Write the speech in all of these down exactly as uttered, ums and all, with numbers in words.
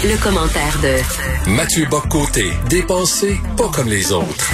Le commentaire de Mathieu Bock-Côté, dépensé pas comme les autres.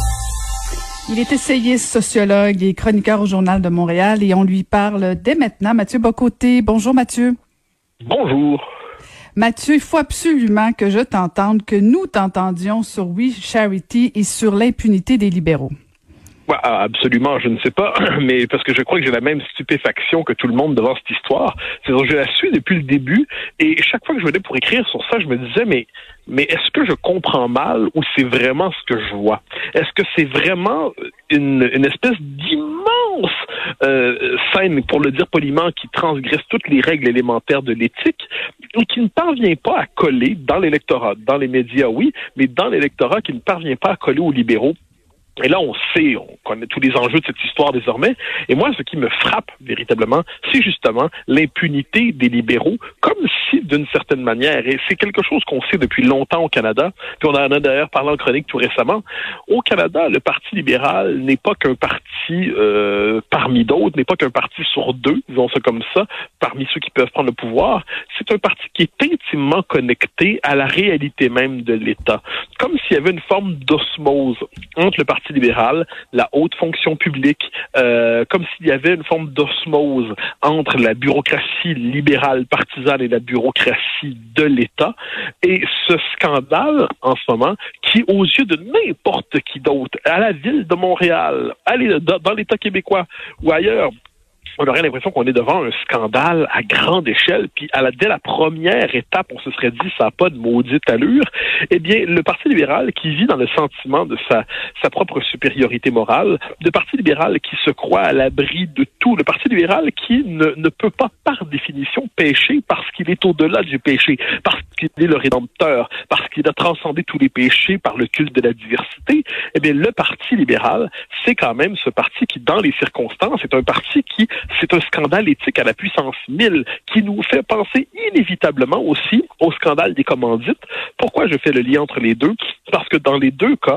Il est essayiste, sociologue et chroniqueur au Journal de Montréal et on lui parle dès maintenant. Mathieu Bock-Côté. Bonjour Mathieu. Bonjour. Mathieu, il faut absolument que je t'entende, que nous t'entendions sur We Charity et sur l'impunité des libéraux. Ouais, absolument, je ne sais pas, mais parce que je crois que j'ai la même stupéfaction que tout le monde devant cette histoire. C'est-à-dire, je la suis depuis le début, et chaque fois que je venais pour écrire sur ça, je me disais, mais mais est-ce que je comprends mal ou c'est vraiment ce que je vois? Est-ce que c'est vraiment une, une espèce d'immense euh, scène, pour le dire poliment, qui transgresse toutes les règles élémentaires de l'éthique et qui ne parvient pas à coller dans l'électorat, dans les médias, oui, mais dans l'électorat qui ne parvient pas à coller aux libéraux? Et là, on sait, on connaît tous les enjeux de cette histoire désormais. Et moi, ce qui me frappe véritablement, c'est justement l'impunité des libéraux, comme si, d'une certaine manière, et c'est quelque chose qu'on sait depuis longtemps au Canada, puis on en a d'ailleurs parlé en chronique tout récemment, au Canada, le Parti libéral n'est pas qu'un parti euh, parmi d'autres, n'est pas qu'un parti sur deux, disons ça comme ça, parmi ceux qui peuvent prendre le pouvoir. C'est un parti qui est intimement connecté à la réalité même de l'État. Comme s'il y avait une forme d'osmose entre le Parti libéral, la haute fonction publique, euh, comme s'il y avait une forme d'osmose entre la bureaucratie libérale partisane et la bureaucratie de l'État. Et ce scandale, en ce moment, qui, aux yeux de n'importe qui d'autre, à la ville de Montréal, allez, dans l'État québécois ou ailleurs, on aurait l'impression qu'on est devant un scandale à grande échelle, puis à la, dès la première étape, on se serait dit ça n'a pas de maudite allure. Eh bien, le Parti libéral qui vit dans le sentiment de sa, sa propre supériorité morale, le Parti libéral qui se croit à l'abri de tout, le Parti libéral qui ne, ne peut pas par définition pécher parce qu'il est au-delà du péché, parce qu'il est le rédempteur, parce qu'il a transcendé tous les péchés par le culte de la diversité, eh bien, le Parti libéral, c'est quand même ce parti qui, dans les circonstances, est un parti qui c'est un scandale éthique à la puissance mille qui nous fait penser inévitablement aussi au scandale des commandites. Pourquoi je fais le lien entre les deux? Parce que dans les deux cas,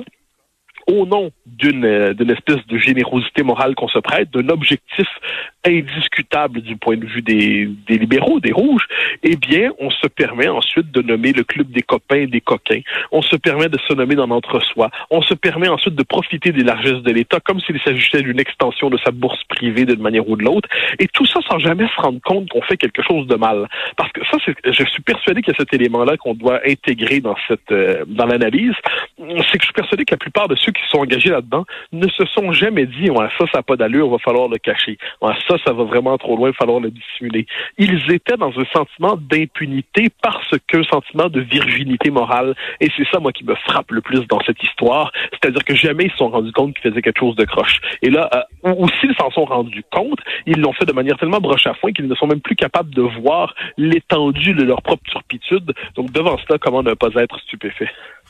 au nom d'une, d'une espèce de générosité morale qu'on se prête, d'un objectif indiscutable du point de vue des, des libéraux, des rouges, eh bien, on se permet ensuite de nommer le club des copains et des coquins. On se permet de se nommer dans l'entre-soi. On se permet ensuite de profiter des largesses de l'État comme s'il s'agissait d'une extension de sa bourse privée d'une manière ou de l'autre. Et tout ça sans jamais se rendre compte qu'on fait quelque chose de mal. Parce que ça, c'est, je suis persuadé qu'il y a cet élément-là qu'on doit intégrer dans cette, euh, dans l'analyse. C'est que je suis persuadé que la plupart de ceux qui sont engagés là-dedans ne se sont jamais dit ouais, ça, ça n'a pas d'allure, va falloir le cacher. Ouais, ça, ça va vraiment trop loin, il va falloir le dissimuler. Ils étaient dans un sentiment d'impunité parce qu'un sentiment de virginité morale. Et c'est ça, moi, qui me frappe le plus dans cette histoire. C'est-à-dire que jamais ils se sont rendus compte qu'ils faisaient quelque chose de croche. Et là, euh, ou, ou s'ils s'en sont rendus compte, ils l'ont fait de manière tellement broche à foin qu'ils ne sont même plus capables de voir l'étendue de leur propre turpitude. Donc, devant cela, comment ne pas être stupéfait?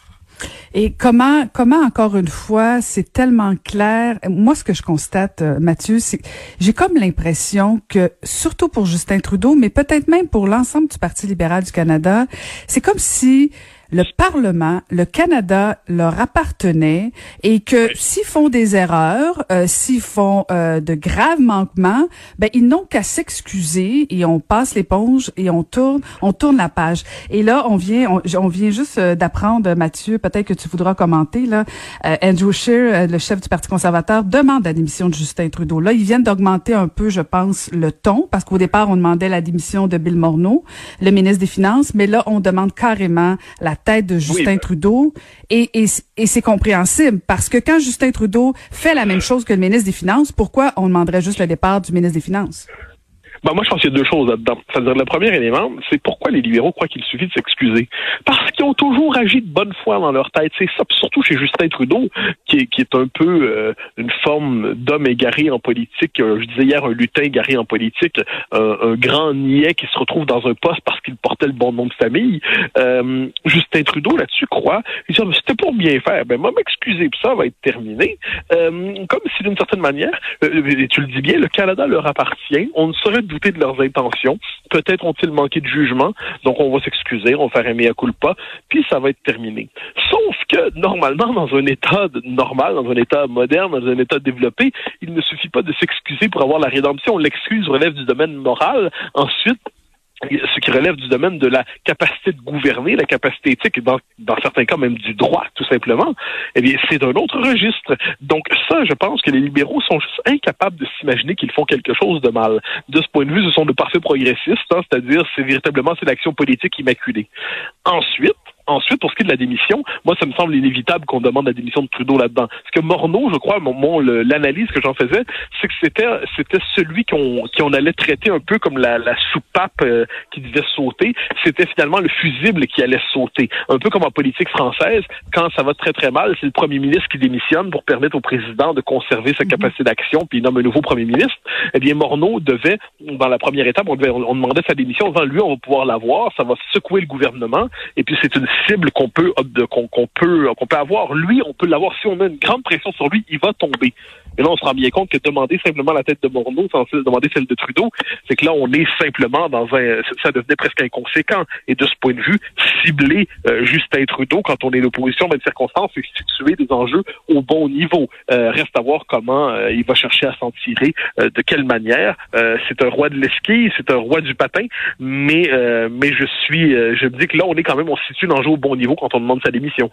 Et comment, comment encore une fois, c'est tellement clair. Moi, ce que je constate, euh, Mathieu, c'est j'ai comme l'impression que, surtout pour Justin Trudeau, mais peut-être même pour l'ensemble du Parti libéral du Canada, c'est comme si le Parlement, le Canada leur appartenait et que s'ils font des erreurs, euh, s'ils font euh, de graves manquements, ben ils n'ont qu'à s'excuser et on passe l'éponge et on tourne, on tourne la page. Et là, on vient, on, on vient juste d'apprendre, Mathieu, peut-être que tu voudras commenter là. Euh, Andrew Scheer, le chef du Parti conservateur, demande la démission de Justin Trudeau. Là, ils viennent d'augmenter un peu, je pense, le ton parce qu'au départ, on demandait la démission de Bill Morneau, le ministre des Finances, mais là, on demande carrément la tête de Justin oui, Trudeau et, et, et c'est compréhensible parce que quand Justin Trudeau fait la même chose que le ministre des Finances, pourquoi on demanderait juste le départ du ministre des Finances? Ben moi, je pense qu'il y a deux choses là-dedans. C'est-à-dire, le premier élément, c'est pourquoi les libéraux croient qu'il suffit de s'excuser. Parce qu'ils ont toujours agi de bonne foi dans leur tête. C'est ça, puis surtout chez Justin Trudeau, qui est, qui est un peu euh, une forme d'homme égaré en politique. Euh, je disais hier un lutin égaré en politique, un, un grand niais qui se retrouve dans un poste parce qu'il portait le bon nom de famille. Euh, Justin Trudeau, là-dessus, croit, il dit, c'était pour bien faire. Ben, moi, m'excuser, puis ça va être terminé. Euh, comme si, d'une certaine manière, euh, et tu le dis bien, le Canada leur appartient. On ne saurait douter de leurs intentions. Peut-être ont-ils manqué de jugement, donc on va s'excuser, on va faire un mea culpa, puis ça va être terminé. Sauf que, normalement, dans un état normal, dans un état moderne, dans un état développé, il ne suffit pas de s'excuser pour avoir la rédemption. L'excuse relève du domaine moral. Ensuite, ce qui relève du domaine de la capacité de gouverner, la capacité éthique, et dans, dans certains cas même du droit, tout simplement, eh bien, c'est un autre registre. Donc ça, je pense que les libéraux sont juste incapables de s'imaginer qu'ils font quelque chose de mal. De ce point de vue, ce sont de parfaits progressistes, hein, c'est-à-dire, c'est véritablement, c'est l'action politique immaculée. Ensuite, Ensuite, pour ce qui est de la démission, moi, ça me semble inévitable qu'on demande la démission de Trudeau là-dedans. Parce que Morneau, je crois, mon, mon le, l'analyse que j'en faisais, c'est que c'était c'était celui qu'on qu'on allait traiter un peu comme la, la soupape euh, qui devait sauter. C'était finalement le fusible qui allait sauter. Un peu comme en politique française, quand ça va très très mal, c'est le premier ministre qui démissionne pour permettre au président de conserver sa capacité d'action, puis il nomme un nouveau premier ministre. Eh bien, Morneau devait, dans la première étape, on, devait, on demandait sa démission. Devant lui, on va pouvoir l'avoir, ça va secouer le gouvernement, et puis c'est une cible qu'on peut qu'on, qu'on peut qu'on peut avoir. Lui, on peut l'avoir. Si on a une grande pression sur lui, il va tomber. Et là, on se rend bien compte que demander simplement la tête de Morneau sans demander celle de Trudeau, c'est que là, on est simplement dans un... Ça devenait presque inconséquent. Et de ce point de vue, cibler euh, Justin Trudeau quand on est l'opposition dans une circonstance, c'est situer des enjeux au bon niveau. Euh, reste à voir comment euh, il va chercher à s'en tirer, euh, de quelle manière. Euh, c'est un roi de l'esquille, c'est un roi du patin, mais euh, mais je suis... Euh, je me dis que là, on est quand même... On situe l'enjeu au bon niveau quand on demande sa démission.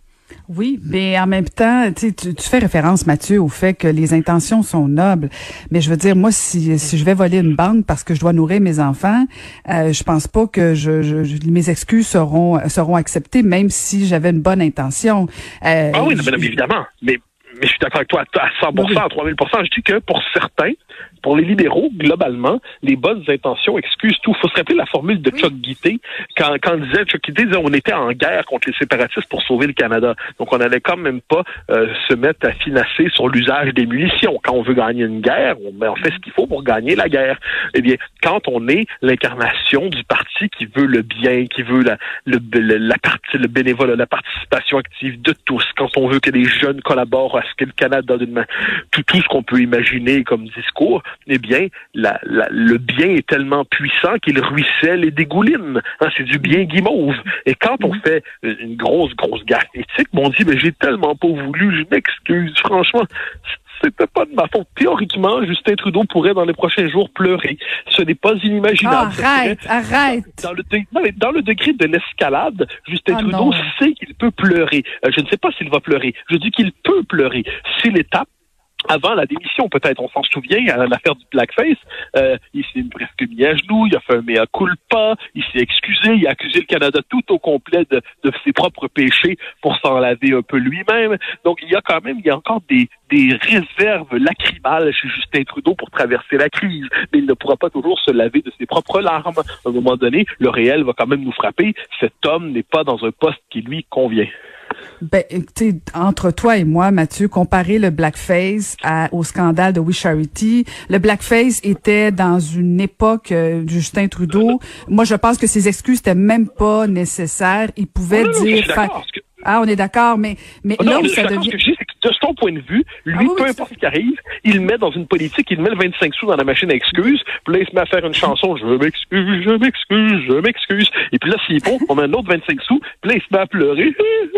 Oui, mais en même temps, tu, tu fais référence, Mathieu, au fait que les intentions sont nobles. Mais je veux dire, moi, si, si je vais voler une banque parce que je dois nourrir mes enfants, euh, je pense pas que je, je, mes excuses seront seront acceptées, même si j'avais une bonne intention. Euh, ah oui, je, mais, mais évidemment. Mais, mais je suis d'accord avec toi à cent pour cent, à trois mille pour cent. Je dis que pour certains, pour les libéraux, globalement, les bonnes intentions excusent tout. Il faut se rappeler la formule de oui. Chuck Guité. Quand, quand il disait, Chuck Guité disait, on était en guerre contre les séparatistes pour sauver le Canada. Donc, on n'allait quand même pas euh, se mettre à financer sur l'usage des munitions. Quand on veut gagner une guerre, on, ben, on fait ce qu'il faut pour gagner la guerre. Eh bien, quand on est l'incarnation du parti qui veut le bien, qui veut la, le, le, la partie, le bénévolat, la participation active de tous, quand on veut que les jeunes collaborent à ce que le Canada donne, tout, tout ce qu'on peut imaginer comme discours, eh bien, la, la, le bien est tellement puissant qu'il ruisselle et dégouline. Hein, c'est du bien guimauve. Et quand on fait une grosse, grosse gaffe éthique, on dit, mais j'ai tellement pas voulu, je m'excuse. Franchement, c'était pas de ma faute. Théoriquement, Justin Trudeau pourrait, dans les prochains jours, pleurer. Ce n'est pas inimaginable. Oh, arrête, arrête! Dans le, de, non, mais dans le degré de l'escalade, Justin oh, Trudeau non. sait qu'il peut pleurer. Euh, je ne sais pas s'il va pleurer. Je dis qu'il peut pleurer. C'est l'étape avant la démission, peut-être, on s'en souvient, à l'affaire du blackface, euh, il s'est presque mis à genoux, il a fait un mea culpa, il s'est excusé, il a accusé le Canada tout au complet de, de ses propres péchés pour s'en laver un peu lui-même. Donc, il y a quand même, il y a encore des, des réserves lacrymales chez Justin Trudeau pour traverser la crise, mais il ne pourra pas toujours se laver de ses propres larmes. À un moment donné, le réel va quand même nous frapper. Cet homme n'est pas dans un poste qui lui convient. Ben, écoutez, entre toi et moi, Mathieu, comparer le blackface à, au scandale de We Charity, le blackface était dans une époque euh, Justin Trudeau. Moi, je pense que ses excuses n'étaient même pas nécessaires. Il pouvait non, non, dire... Fa... Que... Ah, on est d'accord, mais, mais oh, là non, où ça devient... Ce que je dis, c'est que de son point de vue, lui, ah, oui, peu importe ce qui arrive, il met dans une politique, il met le vingt-cinq sous dans la machine à excuses, puis là, il se met à faire une chanson, je m'excuse, je m'excuse, je m'excuse. Et puis là, s'il est bon, on met un autre vingt-cinq sous, puis là, il se met à pleurer.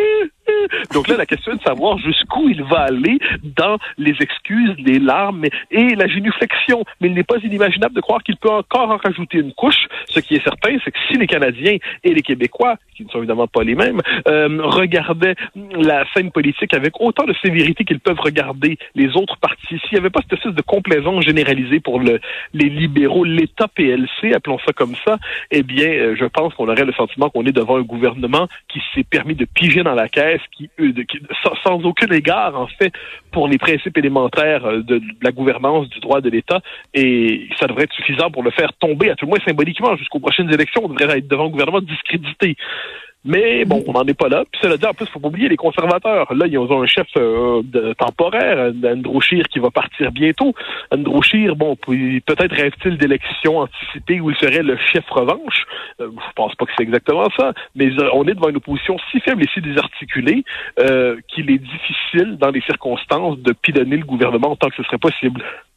Donc là, la question est de savoir jusqu'où il va aller dans les excuses, les larmes et la génuflexion. Mais il n'est pas inimaginable de croire qu'il peut encore en rajouter une couche. Ce qui est certain, c'est que si les Canadiens et les Québécois, qui ne sont évidemment pas les mêmes, euh, regardaient la scène politique avec autant de sévérité qu'ils peuvent regarder les autres partis, s'il n'y avait pas cette espèce de complaisance généralisée pour le, les libéraux, l'État P L C, appelons ça comme ça, eh bien, euh, je pense qu'on aurait le sentiment qu'on est devant un gouvernement qui s'est permis de piger dans la caisse, qui, euh, de, qui sans, sans aucun égard, en fait, pour les principes élémentaires de, de la gouvernance du droit de l'État, et ça devrait être suffisant pour le faire tomber, à tout le moins symboliquement, jusqu'aux prochaines élections. On devrait être devant un gouvernement discrédité. Mais bon, on n'en est pas là. Puis cela dit, en plus, faut pas oublier les conservateurs. Là, ils ont un chef euh, de, temporaire, Andrew Scheer, qui va partir bientôt. Andrew Scheer, bon, peut-être rêve-t-il d'élections anticipées où il serait le chef revanche. Euh, je pense pas que c'est exactement ça. Mais euh, on est devant une opposition si faible et si désarticulée euh, qu'il est difficile, dans les circonstances, de pilonner le gouvernement autant que ce serait possible.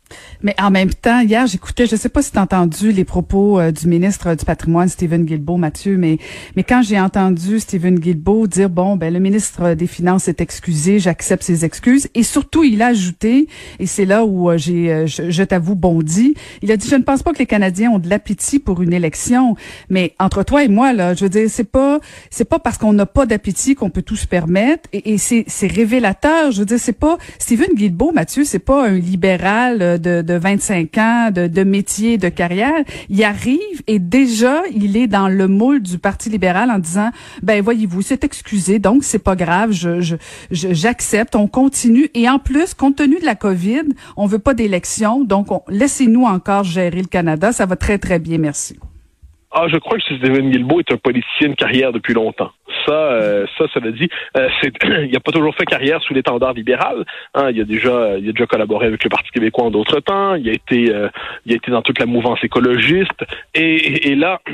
Mais en même temps, hier, j'écoutais, je sais pas si tu as entendu les propos euh, du ministre du Patrimoine, Stephen Guilbeault, Mathieu, mais mais quand j'ai entendu Stephen Guilbeault dire, bon, ben le ministre des Finances est excusé, j'accepte ses excuses, et surtout, il a ajouté, et c'est là où euh, j'ai, euh, je, je t'avoue, bondi, il a dit, je ne pense pas que les Canadiens ont de l'appétit pour une élection, mais entre toi et moi, là, je veux dire, c'est pas c'est pas parce qu'on n'a pas d'appétit qu'on peut tout se permettre, et, et c'est, c'est révélateur, je veux dire, c'est pas, Stephen Guilbeault, Mathieu, c'est pas un libéral euh, de, de vingt-cinq ans de, de métier, de carrière. Il arrive et déjà, il est dans le moule du Parti libéral en disant, ben voyez-vous, c'est excusé, donc c'est pas grave, je, je, je j'accepte, on continue. Et en plus, compte tenu de la COVID, on veut pas d'élection, donc on, laissez-nous encore gérer le Canada, ça va très très bien, merci. Ah, je crois que Stephen Guilbeault est un politicien de carrière depuis longtemps. Ça, euh, ça, ça le dit. Euh, c'est, il n'a pas toujours fait carrière sous l'étendard libéral. Hein, il a déjà, il a déjà collaboré avec le Parti québécois en d'autres temps. Il a été, euh, il a été dans toute la mouvance écologiste. Et, et, et là.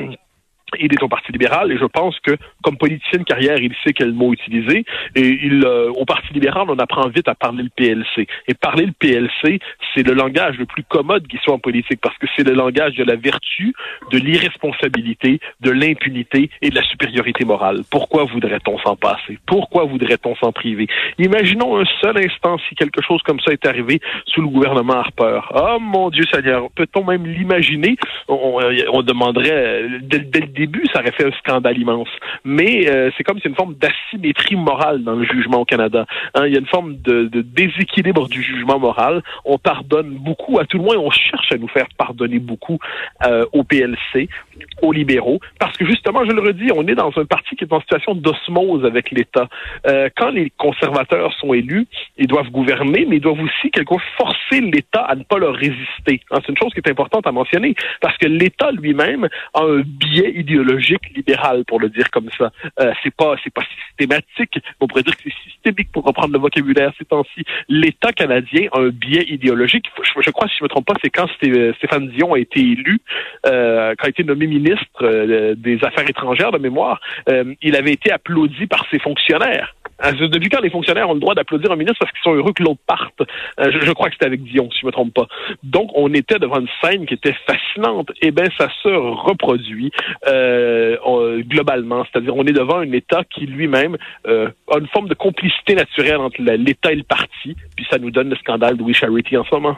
Il est au Parti libéral et je pense que, comme politicien de carrière, il sait quel mot utiliser. Et il, euh, au Parti libéral, on apprend vite à parler le P L C. Et parler le P L C, c'est le langage le plus commode qui soit en politique parce que c'est le langage de la vertu, de l'irresponsabilité, de l'impunité et de la supériorité morale. Pourquoi voudrait-on s'en passer? Pourquoi voudrait-on s'en priver? Imaginons un seul instant si quelque chose comme ça est arrivé sous le gouvernement Harper. Oh mon Dieu Seigneur, peut-on même l'imaginer? On, on, on demanderait dès, dès le début, ça aurait fait un scandale immense. Mais euh, c'est comme s'il y a une forme d'asymétrie morale dans le jugement au Canada. Hein, il y a une forme de, de déséquilibre du jugement moral. On pardonne beaucoup, à tout le moins, on cherche à nous faire pardonner beaucoup euh, au P L C, aux libéraux, parce que justement, je le redis, on est dans un parti qui est en situation d'osmose avec l'État. Euh, quand les conservateurs sont élus, ils doivent gouverner, mais ils doivent aussi quelque chose forcer l'État à ne pas leur résister. Hein, c'est une chose qui est importante à mentionner, parce que l'État lui-même a un biais idéologique idéologique libéral, pour le dire comme ça. Euh, c'est pas, c'est pas systématique. On pourrait dire que c'est systémique pour reprendre le vocabulaire ces temps-ci. L'État canadien a un biais idéologique. Je, je crois, si je me trompe pas, c'est quand Stéphane Dion a été élu, euh, quand il a été nommé ministre euh, des Affaires étrangères de mémoire, euh, il avait été applaudi par ses fonctionnaires. Depuis quand les fonctionnaires ont le droit d'applaudir un ministre parce qu'ils sont heureux que l'autre parte? Euh, je, je crois que c'était avec Dion, si je me trompe pas. Donc, on était devant une scène qui était fascinante. Eh bien, ça se reproduit euh, euh, globalement. C'est-à-dire, on est devant un État qui lui-même euh, a une forme de complicité naturelle entre l'État et le parti. Puis ça nous donne le scandale de We Charity en ce moment.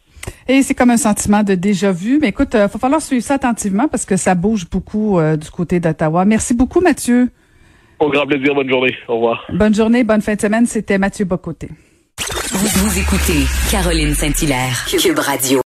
Et c'est comme un sentiment de déjà-vu. Mais écoute, il euh, va falloir suivre ça attentivement parce que ça bouge beaucoup euh, du côté d'Ottawa. Merci beaucoup, Mathieu. Au grand plaisir, bonne journée. Au revoir. Bonne journée, bonne fin de semaine. C'était Mathieu Bocoté. Vous, vous écoutez Caroline Saint-Hilaire, Cube Radio.